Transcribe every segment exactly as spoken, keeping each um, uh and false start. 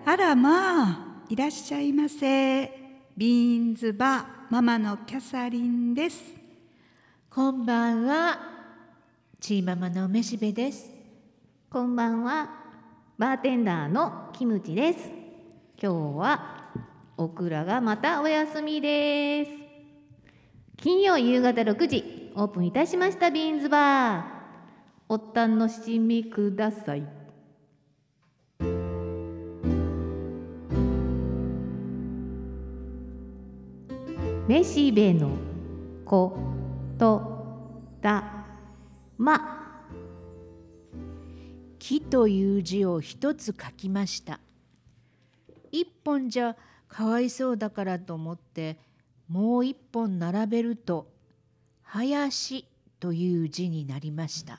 あらまあ、いらっしゃいませ。ビーンズバーママのキャサリンです。 こんばんは、チーママのめしべです。 こんばんは、バーテンダーのキムチです。今日はオクラがまたお休みです。金曜夕方ろくじオープンいたしましたビーンズバー。お楽しみください。めしべのことだま。 木という字を一つ書きました。一本じゃかわいそうだからと思ってもう一本並べると林という字になりました。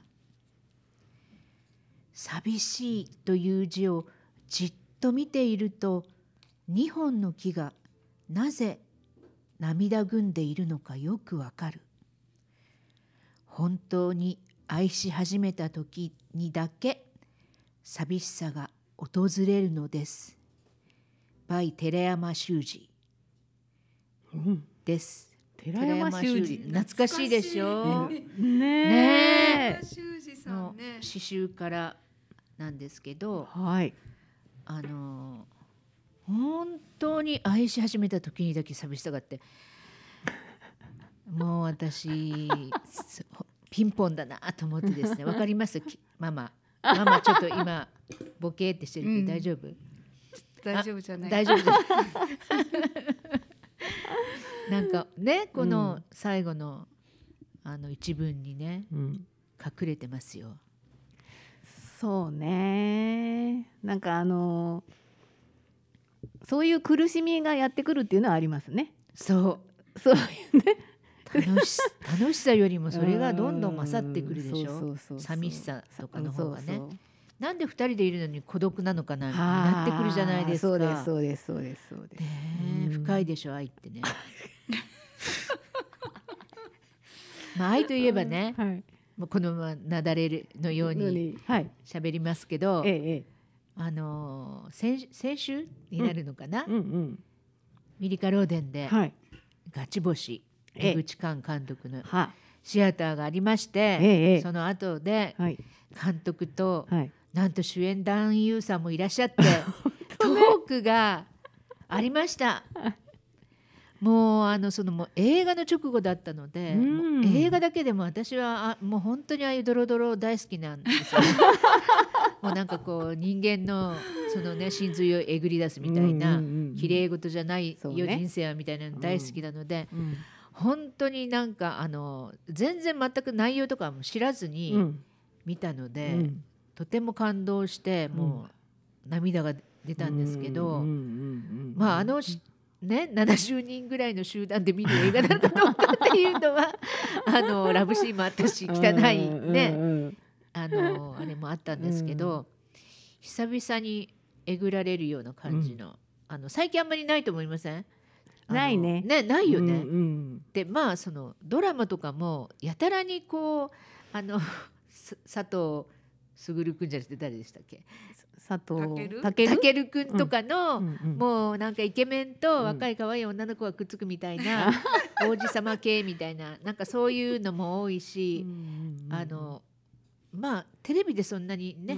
寂しいという字をじっと見ていると二本の木がなぜ涙ぐんでいるのかよくわかる。本当に愛し始めた時にだけ寂しさが訪れるのです。バイ寺山修司です。 寺山修司、 懐かしいでしょ。 ねえ。 修司さのんね。 詩集からなんですけど、 はい。 あの本当に愛し始めた時にだけ寂しさがあって、もう私ピンポンだなと思ってですね。わかりますママ。ママちょっと今ボケってしてるけど、うん、大丈夫？ 大丈夫じゃない。 大丈夫。なんかね、この最後のあの一文にね、うん、隠れてますよ。 そうね。なんかあのそういう苦しみがやってくるっていうのはありますね。 そう、 そういうね。 楽し楽しさよりもそれがどんどん勝ってくるでしょ。寂しさとかの方がね。そうそう、なんで二人でいるのに孤独なのかななってくるじゃないですか。 そうですそうですそうですそうです。 ね、深いでしょ愛ってね。まあ愛といえばね、はい、このままなだれのように喋りますけど、はいええ、あの先先週になるのかな、うんうんうん、ミリカローデンで、はい、ガチ星江口寛監督のシアターがありまして、ええ、その後で監督と、はい、なんと主演男優さんもいらっしゃってトークがありました。もうあのそのもう映画の直後だったので、もう映画だけでも私はあもう本当にああいうドロドロ大好きなんですよ。もうなんかこう人間のそのね真髄をえぐり出すみたいな綺麗事じゃないよ、ね、人生はみたいなの大好きなので、うんうん、本当になんかあの全然全く内容とかも知らずに見たので、うん、とても感動してもう涙が出たんですけど、まああのね、ななじゅうにんぐらいの集団で見る映画だったのかっていうのはあのラブシーンもあったし汚いねあのあれもあったんですけど、久々にえぐられるような感じの、あの最近あんまりないと思いません？ ないね。 ね、ないよね。うんうん、でまあそのドラマとかもやたらにこうあの佐藤卓くんじゃなくて誰でしたっけ？ 佐藤健くんとかの、うんうんうん、もうなんかイケメンと若い可愛い女の子がくっつくみたいな、うん、王子様系みたいななんかそういうのも多いし、うんうんうん、あのまあテレビでそんなにね、うん、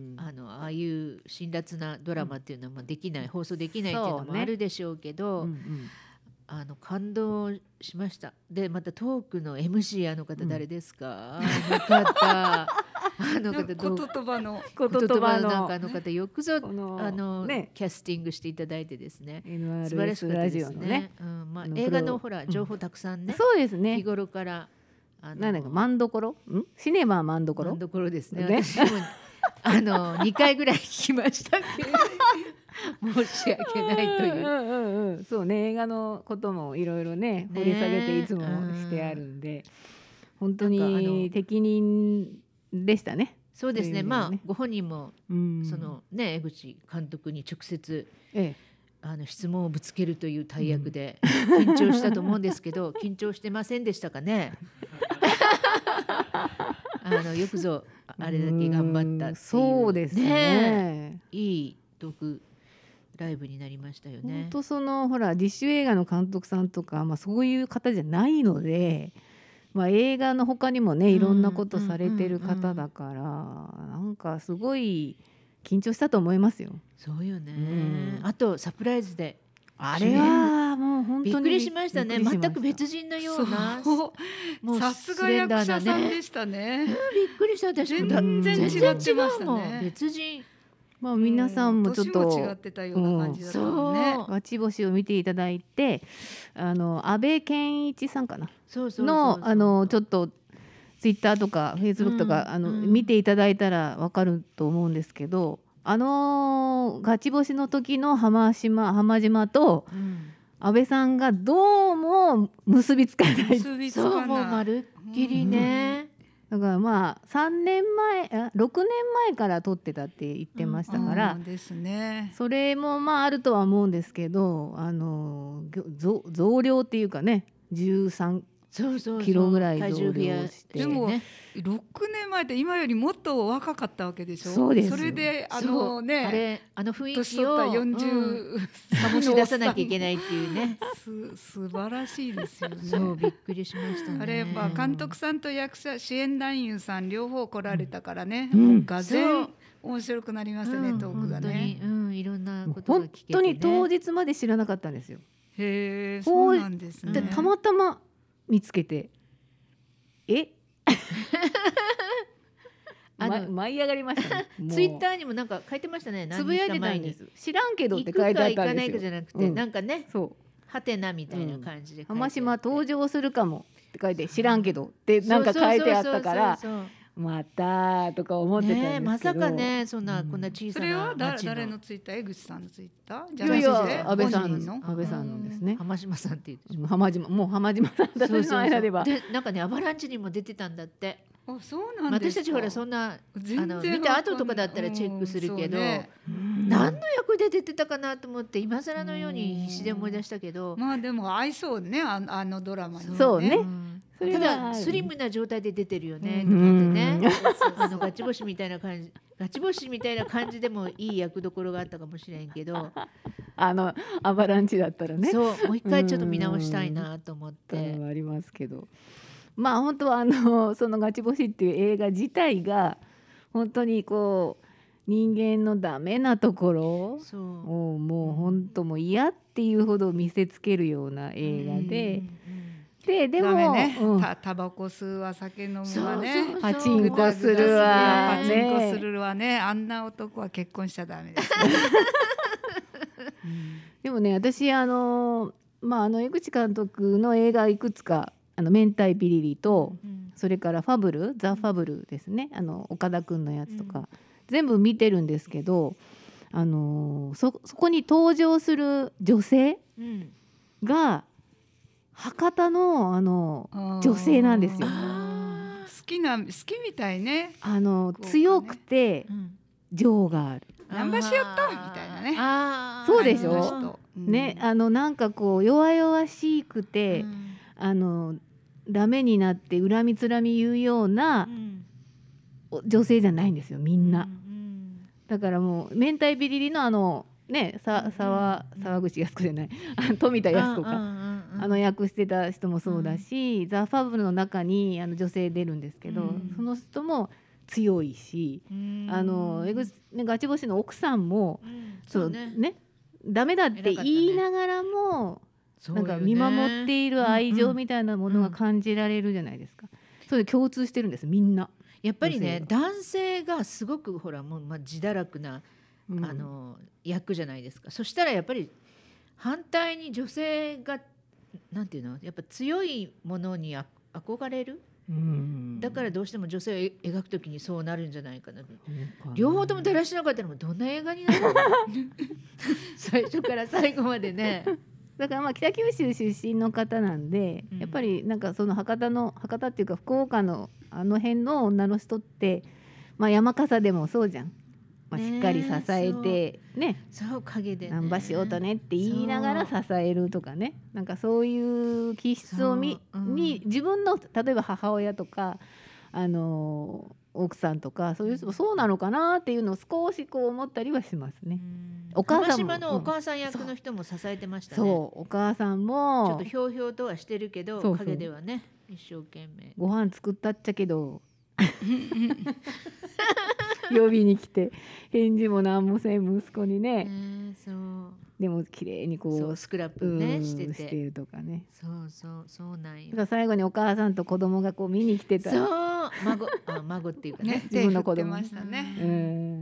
あのああいう辛辣なドラマっていうのはできない、うん、放送できないっていうのもあるでしょうけど、うんうん、あの感動しました。でまたトークの エムシー あの方誰ですか？うん、あの方あの方言葉の言葉のなんかあの方よくぞあの、ね、キャスティングしていただいてですね、素晴らしかったですね。ね、うんまあ、映画のほら情報たくさんね、うん、 そうですね。 日頃からあのなんだかマンドコロ？ん？シネママンドコロ？ マンドコロですね。ね私もあのにかいぐらい聞きましたけど申し訳ないという。 うんうんうん、そうね映画のこともいろいろね掘り下げていつもしてあるんで、本当に適任でしたね。 そうですね。まあご本人もそのね江口監督に直接、ええ、あの質問をぶつけるという大役で緊張したと思うんですけど、緊張してませんでしたかね。あのよくぞあれだけ頑張ったっていう。 そうですね。 いいトークライブになりましたよね。 本当そのほら自主映画の監督さんとか、まあ、そういう方じゃないので、まあ、映画の他にもねいろんなことされてる方だから、うんうんうん、なんかすごい緊張したと思いますよ。 そうよね、 うん、 あとサプライズであれはもう本当にびっくりしましたね。全く別人のような、 もうさすが役者さんでしたね。 びっくりした。私も全然違ってましたね。 別人。 まあ皆さんもちょっと、 うん、年も違ってたような感じだったもんね。 ガチ星を見ていただいて、あの安倍健一さんかなのあのちょっとツイッターとかフェイスブックとか、うん、あの、うん、見ていただいたらわかると思うんですけど、あのガチ星の時の浜島浜島と、うん安倍さんがどうも結びつかない。 結びつかない。 そうもうまるっきりね、 うん、だからまあさんねんまえろくねんまえから撮ってたって言ってましたから、 うんですね、 それもまああるとは思うんですけど、あの増増量っていうかねじゅうさんキロぐらい増量して、 でもろくねんまえって今よりもっと若かったわけでしょ。 そうです。 それであのねあれあの雰囲気をよんじゅう醸し出さなきゃいけないっていうねす素晴らしいですよね。 そうびっくりしましたね。 あれは監督さんと役者主演男優さん両方来られたからね、 うん、 がぜん面白くなりましたね、うん、トークがね。 本当に、うん、いろんなことが聞けて、ね、 本当に当日まで知らなかったんですよ。 へえ、そうなんですね。 たまたま見つけてえあの、ま、舞い上がりましたね。 ツイッターにもなんか書いてましたね。 つぶやいてたんです。知らんけどって書いてあったんですよ。行くか行かないかじゃなくて、 うん、なんかね、 そうハテナみたいな感じで書いてあって、 うん、浜島登場するかもって書いて知らんけどってなんか書いてあったからまたとか思ってたんですけど、ね、 まさかねそんな、うん、こんな小さなそれは誰のツイッター？江口さんのツイッター？ じゃないですね。安倍さんの安倍さんのですね。 浜島さんって言う浜島もう浜島さん私の間ではでなんかねアバランチにも出てたんだって。 あ、そうなんですか。 私たちほらそんなあの見た後とかだったらチェックするけど、うんね、 何の役で出てたかなと思って今更のように必死で思い出したけど、 まあでも合いそうね、あ, あのドラマに、ね、 そうね、 うん、ただスリムな状態で出てるよね、うん、と思ってね、あのガチ星みたいな感じガチ星みたいな感じでもいい役どころがあったかもしれんけどあのアバランチだったらね、 そうもう一回ちょっと見直したいなと思って、 うん、ありますけど、まあ本当はあのそのガチ星っていう映画自体が本当にこう人間のダメなところをもう本当もう嫌っていうほど見せつけるような映画で、うんうんうん、ででもダメね、うん、たタバコ吸うわ酒飲むわね、 そうそうそうパチンコするわ、 パチンコするわね、あんな男は結婚しちゃダメです、ねうん、でもね私あのまああの江口監督の映画いくつかあの明太ピリリと、うん、それからファブルザ・ファブルですね、あの岡田くんのやつとか、うん、全部見てるんですけど、あのー、そ, そこに登場する女性が博多の、あの女性なんですよ。 好きな好きみたいね、 あの、ね、強くて情がある、 ナンパしよったみたいなね、 あそうでしょ、うん、ね、あのなんかこう弱々しくて、うん、あのダメになって恨みつらみ言うような女性じゃないんですよみんな、うんうん、だからもう明太ビリリのあのねさ沢沢口靖子じゃない富田靖子か、あの役してた人もそうだし、うん、ザ・ファブルの中にあの女性出るんですけど、うん、その人も強いし、うん、あのえぐ、ね、ガチ星の奥さんも、うん、そうね、ねダメだって言いながらも、なんか見守っている愛情みたいなものが感じられるじゃないですか、うんうん、それで共通してるんですみんな。 やっぱりね男性がすごくほらもう、まあ、自堕落な、うん、あの役じゃないですか。そしたらやっぱり反対に女性がなんていうのやっぱ強いものにあ憧れる、うん、だからどうしても女性を描くときにそうなるんじゃないかな、うん、両方ともだらしなかったらもうどんな映画になるの最初から最後までね。 だからまあ北九州出身の方なんで、うん、やっぱりなんかその博多の博多っていうか福岡のあの辺の女の人って、まあ、山笠でもそうじゃん、まあ、しっかり支えてね、 そう陰でねナンパしようとねって言いながら支えるとかね、なんかそういう気質をみ、うん、に自分の例えば母親とかあの奥さんとかそういう人もそうなのかなっていうのを少しこう思ったりはしますね。 お母さんも浜島のお母さん役の人も支えてましたね。 そうお母さんもちょっとひょうひょうとはしてるけど、そうそう陰ではね一生懸命ご飯作ったっちゃけど呼びに来て返事も何もせん息子にね、 えー、そうでも綺麗にこうそうスクラップねしててしてるとかね。 そうそうそうなんよ。 だから最後にお母さんと子供がこう見に来てた。 そう孫あ孫っていうかねね自分の子供ましたね。 うん、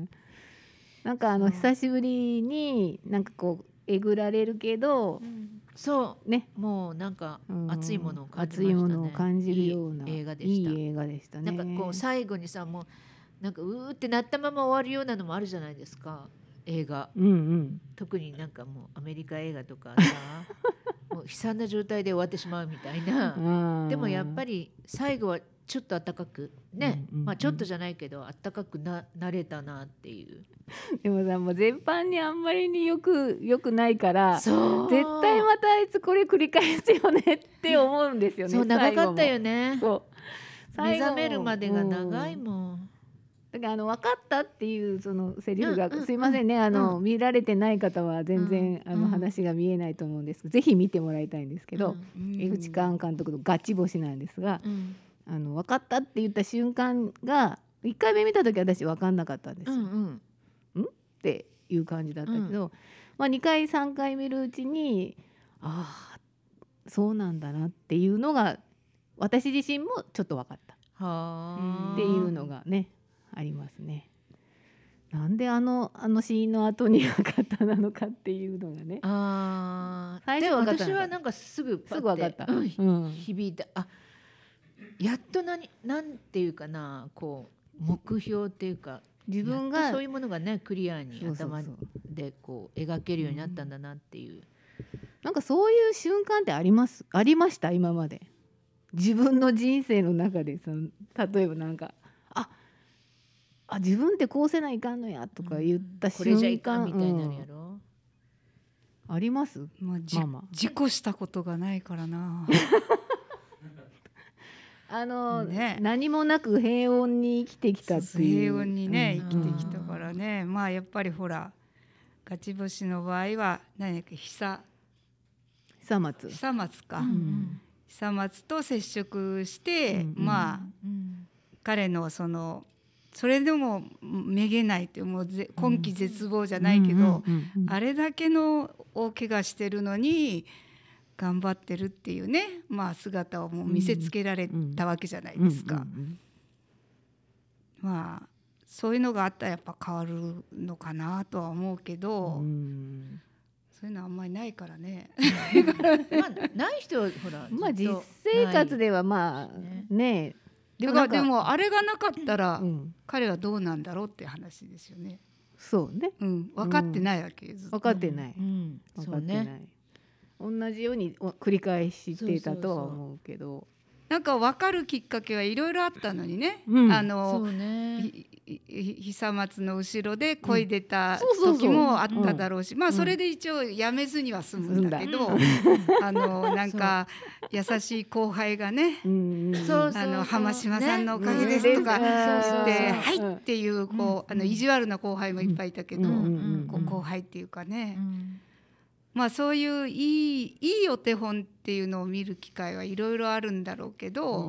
なんかあの久しぶりになんかこうえぐられるけど、うん、 そうねもうなんか熱いものを感じましたね。熱いものを感じるようないい映画でした。いい映画でしたね。なんかこう最後にさもうなんかうーってなったまま終わるようなのもあるじゃないですか映画、うんうん、特になんかもうアメリカ映画とかさもう悲惨な状態で終わってしまうみたいなでもやっぱり最後はちょっと暖かくね、うんうんうん、まあちょっとじゃないけど暖かく な, なれたなっていう。 でもさもう全般にあんまりによくよくないから絶対またあいつこれ繰り返すよねって思うんですよね。 そう長かったよね。そう目覚めるまでが長いもん、うん、 だからあの分かったっていうそのセリフが、うんうん、すいませんねあの、うん、見られてない方は全然、うん、あの話が見えないと思うんですけど、うん、ぜひ見てもらいたいんですけど、うん、江口寛監督のガチ星なんですが、うん、あの分かったって言った瞬間がいっかいめ見た時私分かんなかったんですよ、うんうん、んっていう感じだったけど、うんまあ、にかいさんかい見るうちにああそうなんだなっていうのが私自身もちょっと分かったっていうのがねありますね。なんであのあのシーンの後に分かったなのかっていうのがね。 あ最初分かった私はなんかすぐパッてすぐ分かった、うん、響いた。あやっと何なんていうかなこう目標っていうか自分がそういうものがねクリアに頭でこう描けるようになったんだなっていう、うん、 なんかそういう瞬間ってありますありました今まで自分の人生の中でその例えばなんかああ自分ってこうせないかんのやとか言った瞬間、うん、これじゃいかんみたいになるやろ、うん、あります、 まあ、じママ事故したことがないからなあの、ね、何もなく平穏に生きてきたっていう平穏にね、うん、生きてきたからねまあやっぱりほらガチ星の場合は何だっけ久久松久松か、うん、久松と接触して、うん、まあ、うん、彼のそのそれでもめげないっていうもう今季絶望じゃないけど、あれだけの大怪我してるのに頑張ってるっていうね、まあ、姿をもう見せつけられたわけじゃないですか。まあそういうのがあったらやっぱ変わるのかなとは思うけど、うん、そういうのあんまりないからねまあ、ない人はほらまあ実生活ではまあねねでも、でもあれがなかったら、うん、彼はどうなんだろうって話ですよね。 そうね、 うん、分かってないわけ、うん、 分かってない、うん、分かってない、ね、同じように繰り返してたとは思うけど、そうそうそうなんか分かるきっかけはいろいろあったのにね、うん、あのそうね久松の後ろで恋出た時もあっただろうし、まあそれで一応やめずには済むんだけど、うん、あのなんか優しい後輩がね、うん、あの浜島さんのおかげですとか言って、ね、はいっていうこうあの意地悪な後輩もいっぱいいたけど、こう後輩っていうかね、うんまあ、そういういい、いいお手本っていうのを見る機会はいろいろあるんだろうけど、うん、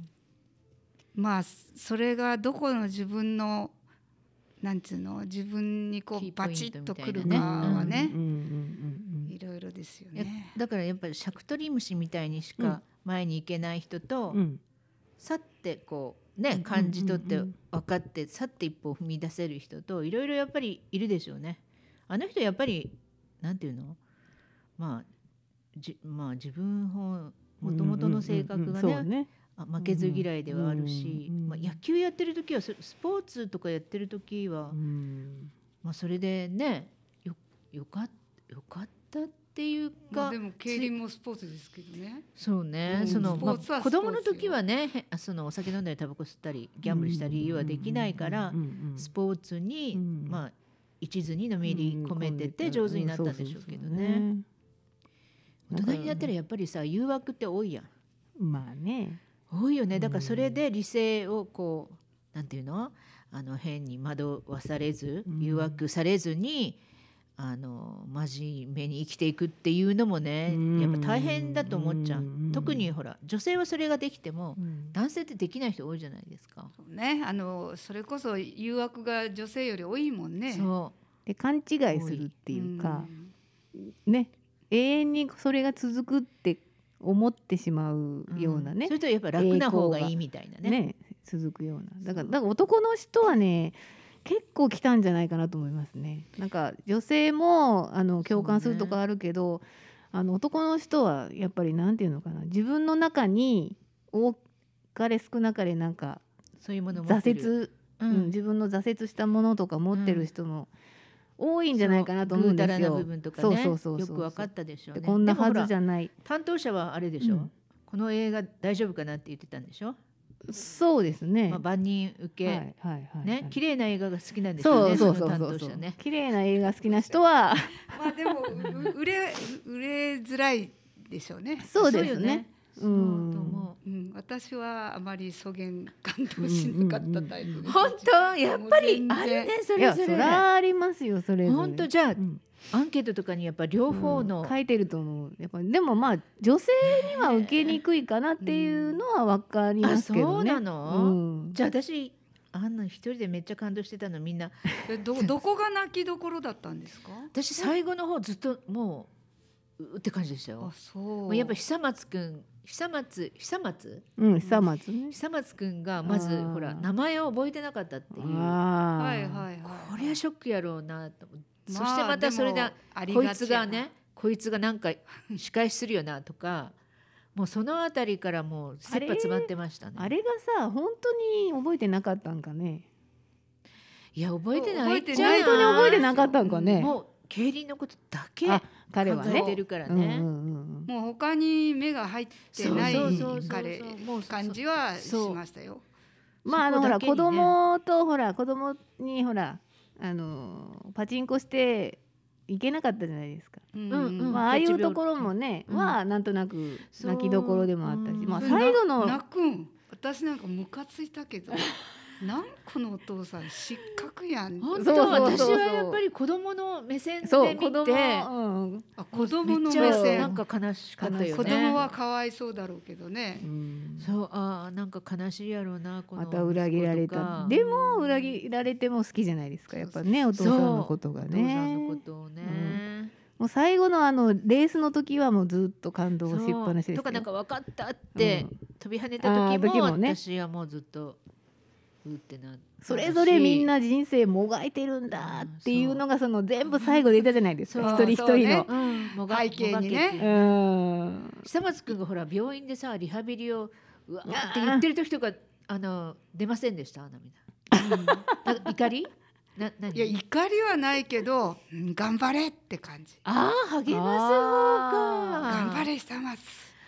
まあそれがどこの自分のなんていうの自分にこうバチッとくるかはねいろいろですよね。 だからやっぱりシャクトリムシみたいにしか前に行けない人と、うん、さってこうね感じ取って分かってさって一歩踏み出せる人といろいろやっぱりいるでしょうね。あの人やっぱりなんていうのまあじまあ、自分もともとの性格が ね,、うんうんうんね負けず嫌いではあるし、うんうんまあ、野球やってる時はスポーツとかやってる時は、うんまあ、それでね よ, よ, かよかったっていうか、まあ、 でも競輪もスポーツですけどね。 そうね、うん、そのまあ、子供の時はねそのお酒飲んだりタバコ吸ったりギャンブルしたりはできないから、うんうんうん、スポーツに、うんまあ、一途にのめり込めてて上手になったんでしょうけどね。大人になったらやっぱりさ誘惑って多いやん。 まあね多いよね。だからそれで理性をこうなんていうのあの変に惑わされず、うん、誘惑されずにあの真面目に生きていくっていうのもねやっぱ大変だと思っちゃう。特にほら女性はそれができても、うん、男性ってできない人多いじゃないですか。 そうね、あのそれこそ誘惑が女性より多いもんね。 そうで勘違いするっていうか、うん、ね永遠にそれが続くって思ってしまうようなね、うん、 それとやっぱ楽な方がいいみたいな ね, ね続くようなだから、だから男の人はね結構来たんじゃないかなと思いますね。なんか女性もあの共感するとかあるけど、ね、あの男の人はやっぱりなんていうのかな、自分の中に多かれ少なかれなんかそういうもの持ってる、 挫折、うんうん、自分の挫折したものとか持ってる人も多いんじゃないかなと思うんですよ。 ぐうたらな部分とかね、よく分かったでしょうね。 こんなはずじゃない。 担当者はあれでしょ、うん、この映画大丈夫かなって言ってたんでしょ。 そうですね、 まあ、万人受け、はいはいはいはい、ね、綺麗な映画が好きなんですよね。 そうそうそうそうそう、ね、綺麗な映画好きな人はまあでも売れ売れづらいでしょうね。 そうですね。 うん、うん、私はあまりそげん感動しなかったタイプです。 本当やっぱりあるね、それぞれ。 いやそれはありますよ、それぞれ。 本当じゃあ、うん、アンケートとかにやっぱ両方の、 うん、書いてると思う。やっぱでもまあ女性には受けにくいかなっていうのは分かりますけどね。 あ、そうなの、うん、じゃあ私あんな一人でめっちゃ感動してたのみんなど, どこが泣きどころだったんですか。 私最後の方ずっともうって感じでしたよ。 あ、そう。 もうやっぱ久松くん久松久松うん久松ね久松くんがまずほら名前を覚えてなかったっていう。 はいはいはい。 これはショックやろうなと思って、まあ、そしてまたそれでこいつがねこいつがなんか仕返しするよなとかもうそのあたりからもう切羽詰まってましたね。 あれがさ本当に覚えてなかったんかね。 いや覚えてない本当に覚えてなかったんかね。 もう競輪のことだけ彼はねてるからね、うんうんうん、もう他に目が入ってない彼感じはしましたよ。 まああのほら子供とほら子供にほらあのパチンコしていけなかったじゃないですか。うんうんまあ、ああいうところもね、うん、はなんとなく泣きどころでもあったし、まあ最後の泣くん私なんかムカついたけどなんこのお父さん失格やん。 本当私はやっぱり子供の目線で見て子供、 うん、あ子供の目線なんか悲しかったよね。 子供はかわいそうだろうけどね、 うん、そうあなんか悲しいやろうなこのまた裏切られた。でも裏切られても好きじゃないですかやっぱねお父さんのことがね。お父さんのことをね、うん、もう最後のあのレースの時はもうずっと感動しっぱなしですよ。 とかなんか分かったって、うん、飛び跳ねた時 も, も、ね、私はもうずっとうってなそれぞれみんな人生もがいてるんだっていうのがその全部最後で言ったじゃないですか、一人一人の、 ねうん、背景にね。 久松くんがほら病院でさリハビリをうわーって言ってる時とかあの出ませんでした涙、うん、怒りな何いや怒りはないけど、うん、頑張れって感じ。 ああ励ます方か頑張れ久松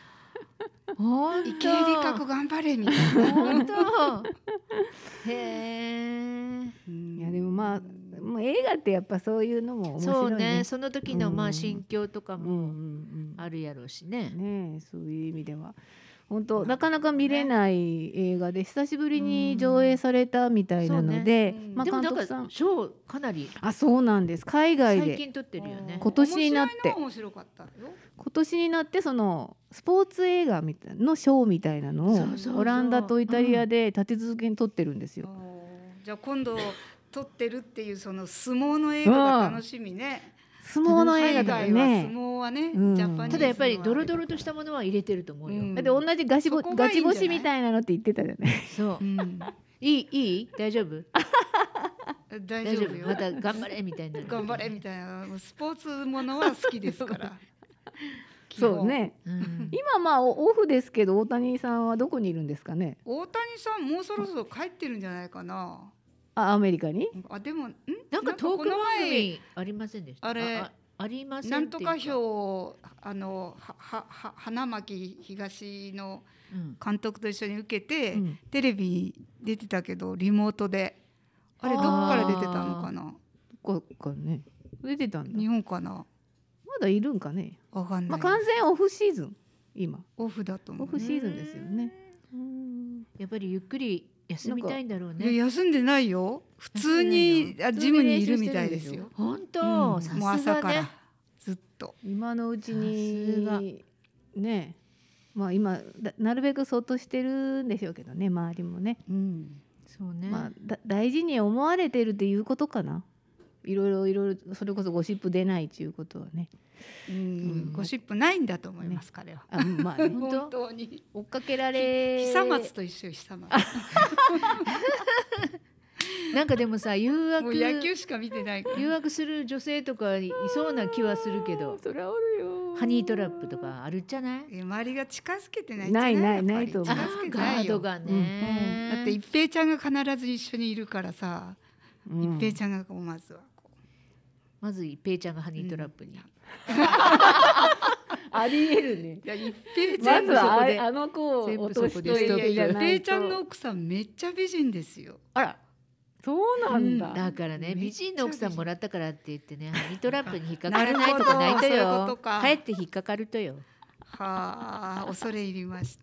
池江璃花子頑張れみたいな本当へえ。 いやでもまあもう映画ってやっぱそういうのも面白いね。 そうねその時のまあ心境とかもあるやろうしね、 うんうんうん、ねそういう意味では本当なかなか見れない映画で久しぶりに上映されたみたいなので、 うんねうんまあ、監督さん賞かなりあそうなんです海外で最近撮ってるよね。 今年になって面白かったよ。 今年になってそのスポーツ映画みたいの賞みたいなのをオランダとイタリアで立て続けに撮ってるんですよ、 うん、じゃあ今度撮ってるっていうその相撲の映画が楽しみね。 相撲の映画だよね。 相撲はね、うん、ジャパニーズはただやっぱりドロドロとしたものは入れてると思うよ、うん、 で同じガチボガチ星みたいなのって言ってたじゃない。 そう、うん、いいいい大丈夫大丈夫よまた頑張れみたいな頑張れみたいなスポーツものは好きですからそうね、うん、今まあオフですけど大谷さんはどこにいるんですかね。 大谷さんもうそろそろ帰ってるんじゃないかな。 あアメリカにあでもんなんかトーク番組ありませんでした。 あれ あ, ありませんなんとか票あのははは花巻東の監督と一緒に受けて、うん、テレビ出てたけどリモートであれどこから出てたのかな。 どこかね出てたんだ。 日本かな。 まだいるんかね。 わかんない。 まあ、完全オフシーズン今オフだと思う。 オフシーズンですよね。 やっぱりゆっくり休みたいんだろうね。 休んでないよ。普通にジムにいるみたいですよ。 本当、さすがね。もう朝からずっと今のうちにね、まあ今なるべくそっとしてるんでしょうけどね、周りもね。 うん、 そうね。 まあだ大事に思われてるっていうことかな。いろいろいろいろそれこそゴシップ出ないっていうことはね。 うん、うん、ゴシップないんだと思います、ね、彼は。 あ、まあ、ね、 本当に追っかけられ。 久松と一緒久松。 なんかでもさ、誘惑、 もう野球しか見てないから。 誘惑する女性とかいそうな気はするけど。 それはおるよ。 ハニートラップとかあるじゃない？ 周りが近づけてない。 ないないないと思う。 近づけてないよ。ガードがね、 うんうん。だって一平ちゃんが必ず一緒にいるからさ、うん、一平ちゃんがこうまずはこう。 まず一平ちゃんがハニートラップに。うんありえるね。 いや一平ちゃんまずはあの子を落としといてじゃないと。 一平ちゃんの奥さんめっちゃ美人ですよ。 あら。そうなんだ、 うん、だからね、美人の奥さんもらったからって言ってね、ハニートラップに引っかからないとかないとよ。かえって引っかかるとよ。 はあ、恐れ入りました。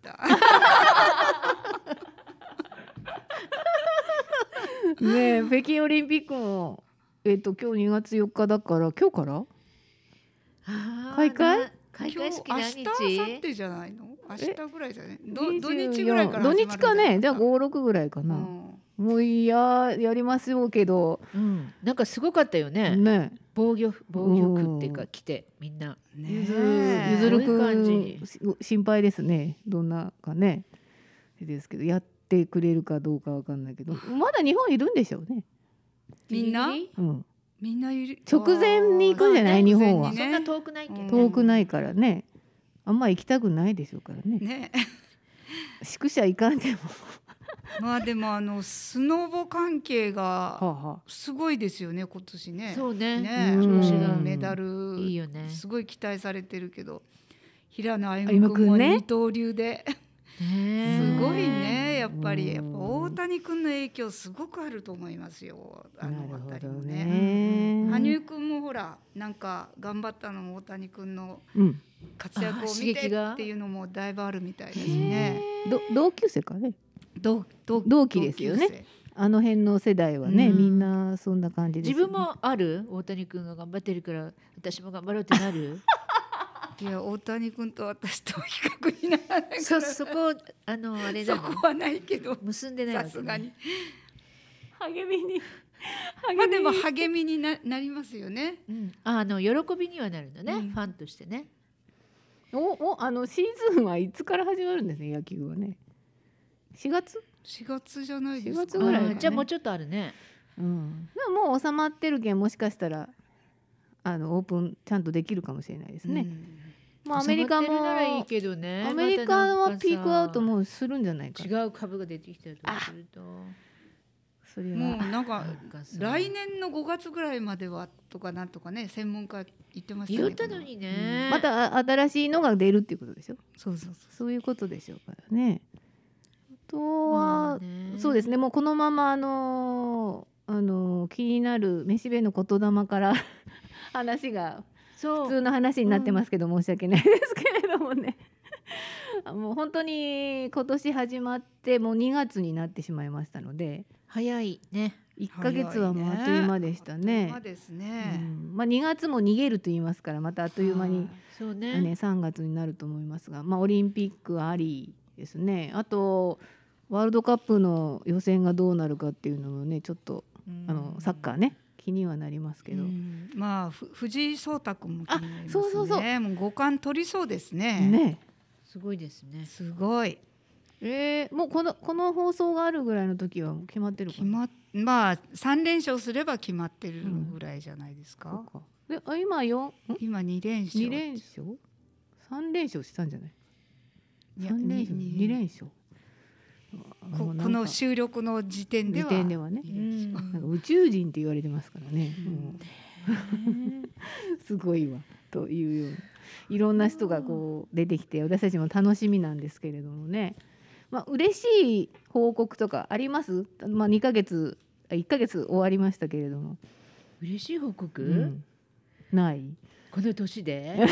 ねえ、北京オリンピックもえっと今日にがつよっかだから今日から？開会？ 開会式何日？ 明日、明後日じゃないの？明日ぐらいじゃない？ど土日ぐらいから始まるんじゃない？ 土日かね。じゃあご、ろくぐらいかな。うんもういややりますよけど、 うん、なんかすごかったよね。 ね防御防御服っていうか来てみんな。 ゆずゆずるくん心配ですね。どんなかねですけどやってくれるかどうかわかんないけど、まだ日本いるんでしょうね。 みんな？ うん。 みんないる。 直前に行くんじゃない？日本は。 そんな遠くないけど。 遠くないからね。あんま行きたくないでしょうからね。 ね。 宿舎行かんでも。 まあでもあのスノボ関係がすごいですよね今年ね。 そうね。 ね、 調子がメダルいいよね。 すごい期待されてるけど、平野歩夢君も二刀流で、すごいねやっぱりやっぱ大谷君の影響すごくあると思いますよ。あのあたりもね。羽生君もほらなんか頑張ったのも大谷君の活躍を見てっていうのもだいぶあるみたいですね。 ど同級生かね。 同, 同, 同期ですよね。あの辺の世代はね、うん、みんなそんな感じです、ね。 自分もある？大谷君が頑張ってるから私も頑張ろうってなる？ いや大谷君と私と比較にならないから。 そそこあのあれだ、 ね、そこはないけど結んでないわけ、ね、 さすがに励みにまあでも励みに な, なりますよね。 うん、あの喜びにはなるのね、うん、ファンとしてね。 おおあのシーズンはいつから始まるんですね野球はね。しがつ？ しがつじゃないですか。 しがつぐらい、ね、 じゃあもうちょっとあるね。 うん、でももう収まってるけんもしかしたらあのオープンちゃんとできるかもしれないですね。うん、まあアメリカもならいいけどね。 アメリカはピークアウトもうするんじゃないか。 違う株が出てきてるとすると。 それはもうなんか来年のごがつぐらいまではとかなんとかね専門家言ってましたね。 言ったのにね、 うん、また新しいのが出るっていうことでしょ。 そうそうそうそういうことでしょうからね。あとは、まあね、そうですねもうこのままあのあの気になるめしべの言霊から話が普通の話になってますけど、うん、申し訳ないですけれどもねもう本当に今年始まってもうにがつになってしまいましたので早いね。 いっかげつはもうあっという間でしたね。 あっという間ですね。 うん、まあ、にがつも逃げると言いますからまたあっという間に、 そうねね、さんがつになると思いますが、まあ、オリンピックありですね。あとワールドカップの予選がどうなるかっていうのもねちょっとあのサッカーね気にはなりますけど、 まあ藤井聡太君も気になりますね。そうそうそうもう五冠取りそうですね。 ねすごいですね。 すごい。 えー、もうこのこの放送があるぐらいの時は決まってるかな。 決ままあさん連勝すれば決まってるぐらいじゃないですか。 うん、であ今よ今に連勝。 に連勝？さん連勝したんじゃない？さん連勝に連勝。 こ, この収録の時点では時点ではね、うん、なんか宇宙人って言われてますからね、うん、すごいわというようないろんな人がこう出てきて私たちも楽しみなんですけれどもね、まあ嬉しい報告とかあります？まあにかげついっかげつ終わりましたけれども嬉しい報告、 うん、ないこの年で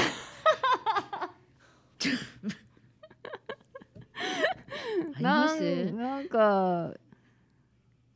あります？なんか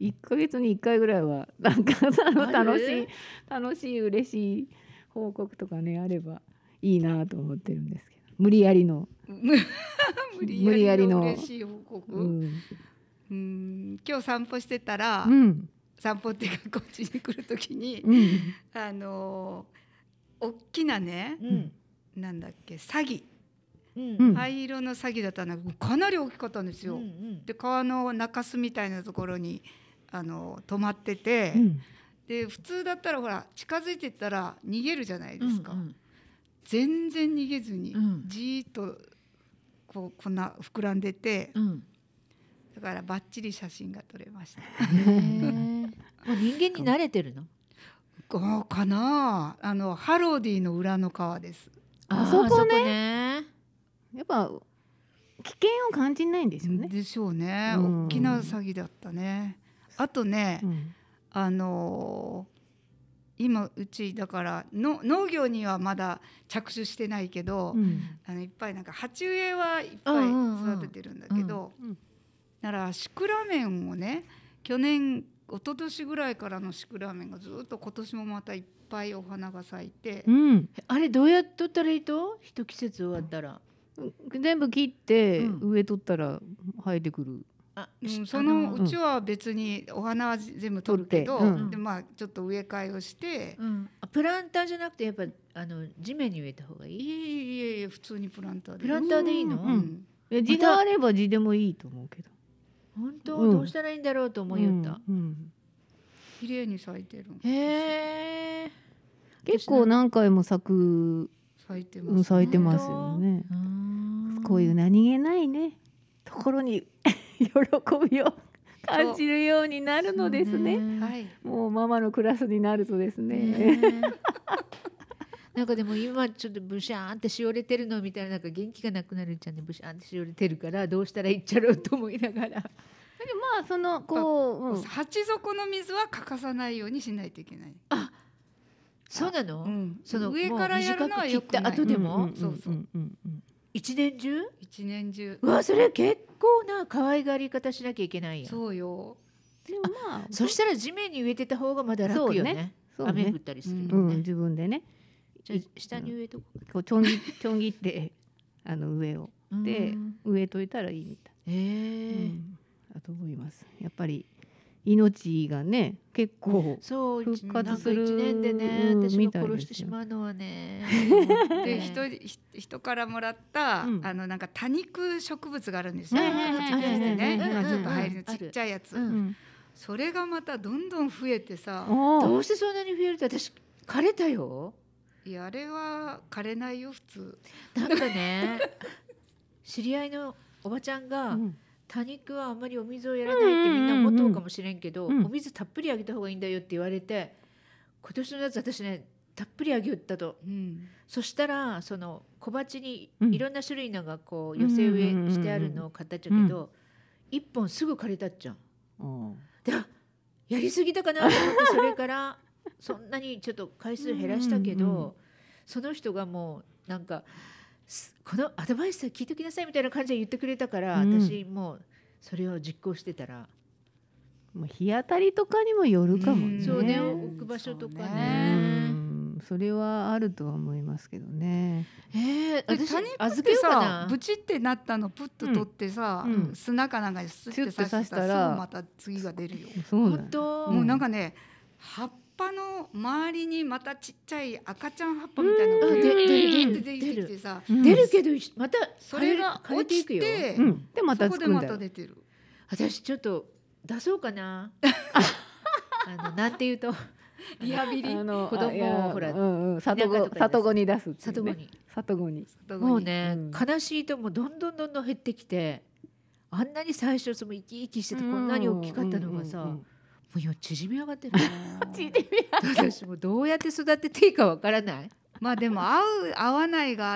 いっかげつにいっかいぐらいはなんかあの楽しい楽しい嬉しい報告とかねあればいいなと思ってるんですけど、無理やりの無理やりの嬉しい報告、うん、うん今日散歩してたら、うん、散歩っていうかこっちに来る時に、うん、あの大きなね、うん、なんだっけサギ、うん、灰色のサギだったのがかなり大きかったんですよ、うんうん、で川の中州みたいなところにあの止まってて、うん、で普通だったらほら近づいてったら逃げるじゃないですか、うんうん、全然逃げずに、うん、じーっとこうこんな膨らんでて、うん、だからバッチリ写真が撮れました。 もう人間に慣れてるのかな。あのハローディの裏の川です。 あそこね、やっぱ危険を感じないんですよね。 でしょうね、うん、大きな詐欺だったね。あとね、うん、あのー、今うちだからの農業にはまだ着手してないけど、うん、あのいっぱいなんか鉢植えはいっぱい育ててるんだけど、うんうんうん、だからシクラメンをね去年一昨年ぐらいからのシクラメンがずっと今年もまたいっぱいお花が咲いて、 うん、あれどうやって取ったらいいと一季節終わったら、 うん、全部切って植え取ったら生えてくる。 あうん、そのうちは別にお花は全部取るけど、うん、でまあちょっと植え替えをして、 うん、プランターじゃなくてやっぱあの地面に植えた方がいい。 いえいえいえ普通にプランターで。 プランターでいいの？うんうん、地があれば地でもいいと思うけど。 本当、うん、どうしたらいいんだろうと思いよった。うんうん、 綺麗に咲いてる。 へえ。 結構何回も咲く咲いてますね。 咲いてますよね。こういう何気ないねところに喜びを感じるようになるのですね。はい、もうママのクラスになるとですね。 なんかでも今ちょっとブシャーンってしおれてるのみたいな、なんか元気がなくなるんちゃうね、ブシャーンってしおれてるからどうしたらいいっちゃろうと思いながら。でまあそのこう、うん、 鉢底の水は欠かさないようにしないといけない。 あ、そうなの？ うん、 その上からやるのはよくない。 後でも、 そうそう。 一年中？ 一年中。 うわ、それ結構な可愛がり方しなきゃいけないや。 そうよ。 でもまあ、そしたら地面に植えてた方がまだ楽よね。そうね。雨降ったりするとね、 うんうん。自分でね。 じゃあ下に植えとこう。 こうちょんぎちょんぎってあの上をで植えといたらいいみたい。 ええー。うん、 だと思います。やっぱり命がね結構復活する。 いちねんでね、私も殺してしまうのはね。 で人人からもらった、うん、あのなんか多肉植物があるんですよ。今ちょっと入りのちっちゃいやつ。うん、それがまたどんどん増えてさ。 どうしてそんなに増えるって私枯れたよ。 いやあれは枯れないよ普通。 なんかね知り合いのおばちゃんが、うん、多肉はあんまりお水をやらないってみんな思っとうかもしれんけど、うんうんうん、お水たっぷりあげた方がいいんだよって言われて、今年の夏私ねたっぷりあげよったと、うん、そしたらその小鉢にいろんな種類のがこう寄せ植えしてあるのを買ったっちゃけど、いっぽんすぐ枯れたっちゃう、うん、でやりすぎたかなと思ってそれからそんなにちょっと回数減らしたけど、うんうんうん、その人がもうなんかこのアドバイス聞いてきなさいみたいな感じで言ってくれたから、うん、私もうそれを実行してたら、 もう日当たりとかにもよるかもね。 そうね、置く場所とかね、 うん、それはあるとは思いますけどね。 えー、私預けさブチってなったのプッと取ってさ、うんうん、砂かなんかにスッて刺したらすぐまた次が出るよ。 そうだ、 本当、もうなんかね葉っぱの周りにまたちっちゃい赤ちゃん葉っぱみたいなのが出てきてさ、 出るけどまたそれが落ちて、 うん、でまたそこでまた出てる。 私ちょっと出そうかなあのなんていうとリハビリ、 あの子供をほら、 うんうん、里子里子に出す、ね、 里子に里子にもうね、うん、悲しいともうどんどんどんどん減ってきて、あんなに最初その生き生きしててこんなに大きかったのがさ、うんうんうんうん、もう今縮み上がってる縮み上がる。 私もどうやって育てていいかわからない。 まあでも合う合わないがあって、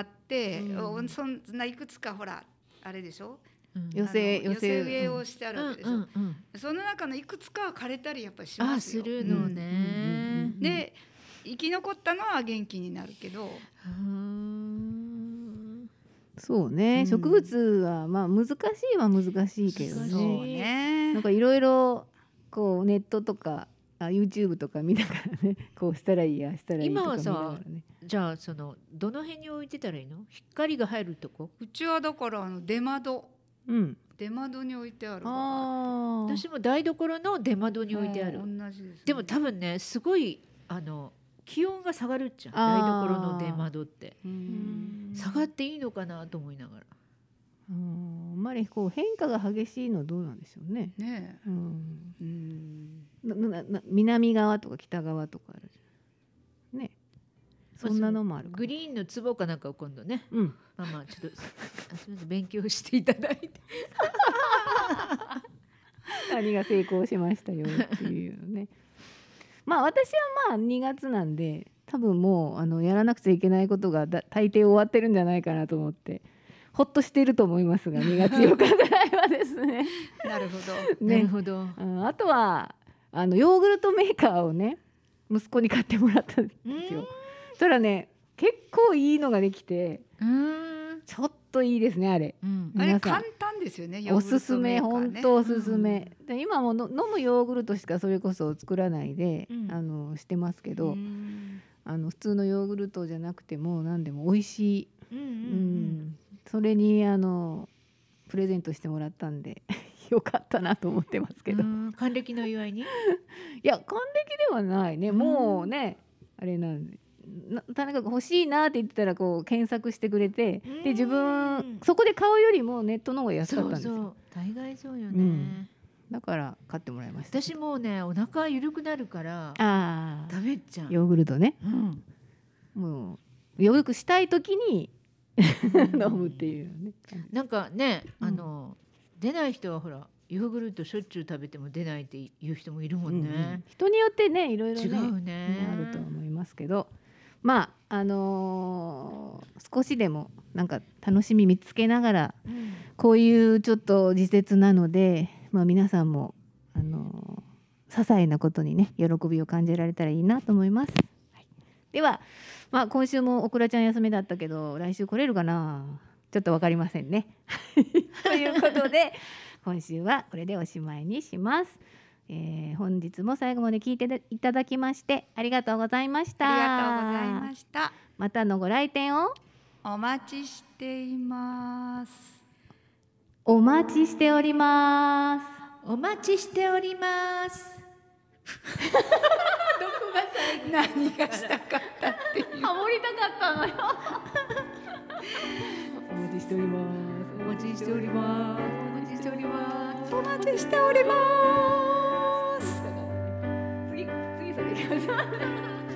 うん、そんないくつかほらあれでしょ、 うん、寄せ寄せ植えをしてあるわけでしょ、うんうんうん、その中のいくつかは枯れたりやっぱりしますよ。 あ、するのね、うんうんうん、 で生き残ったのは元気になるけど、 うーん、そうね、うん、植物はまあ難しいは難しいけどね、 ね、 なんかいろいろこうネットとかあ YouTube とか見ながらねこうしたらいいやしたらいいとか見ながらね。 今はさじゃあそのどの辺に置いてたらいいの？光が入るとこ？ うちはだからあの出窓、うん、出窓に置いてある。 あ私も台所の出窓に置いてある。 同じですね。 でも多分ねすごいあの気温が下がるじゃん台所の出窓って。うん下がっていいのかなと思いながら。 うんあんまりこう変化が激しいのどうなんでしょうね。 ねえ、うんうん、 ななな南側とか北側とかあるね。そんなのもある。 グリーンの壺かなんかを今度ね。 うん。 まあまあちょっと勉強していただいて。 何が成功しましたよっていうね。まあ私はまあにがつなんで多分もうあのやらなくちゃいけないことがだ大抵終わってるんじゃないかなと思って。ほっとしていると思いますがにがつようかぐらいはですねなるほど、 ね、なるほど、 うん、あとはあのヨーグルトメーカーをね息子に買ってもらったんですよ。そしたらね結構いいのができてうんちょっといいですねあれ、 うん、あれ簡単ですよね。 おすすめ本当おすすめ、うん、で今もの飲むヨーグルトしかそれこそ作らないで、うん、あのしてますけど、うん、あの普通のヨーグルトじゃなくても何でも美味しい、うんうんうんうんそれにあのプレゼントしてもらったんでよかったなと思ってますけど還暦の祝いにいや還暦ではないねもうねあれなんでなとにかく欲しいなって言ってたらこう検索してくれてで自分そこで買うよりもネットの方が安かったんですよ。そうそう大概そうよね、 うん、だから買ってもらいました。 私もうねお腹緩くなるからあ食べちゃうヨーグルトね、うん、もうよくしたい時に飲むっていうね。 なんかね、あの、うん、出ない人はほらヨーグルトしょっちゅう食べても出ないっていう人もいるもんね。うんうん、 人によってねいろいろね、 違うねあると思いますけど、まああのー、少しでもなんか楽しみ見つけながら、うん、こういうちょっと時節なので、まあ、皆さんもあのー、些細なことにね喜びを感じられたらいいなと思います。はい、では。まあ、今週もオクラちゃん休みだったけど来週来れるかなちょっと分かりませんねということで今週はこれでおしまいにします、えー、本日も最後まで聞いていただきましてありがとうございました。 ありがとうございました。 またのご来店をお待ちしています。 お待ちしております。 お待ちしておりますどこが最何がしたかったっていうハモりたかったのよお待ちしておりますお待ちしておりますお待ちしておりますお待ちしております次次それいきましょう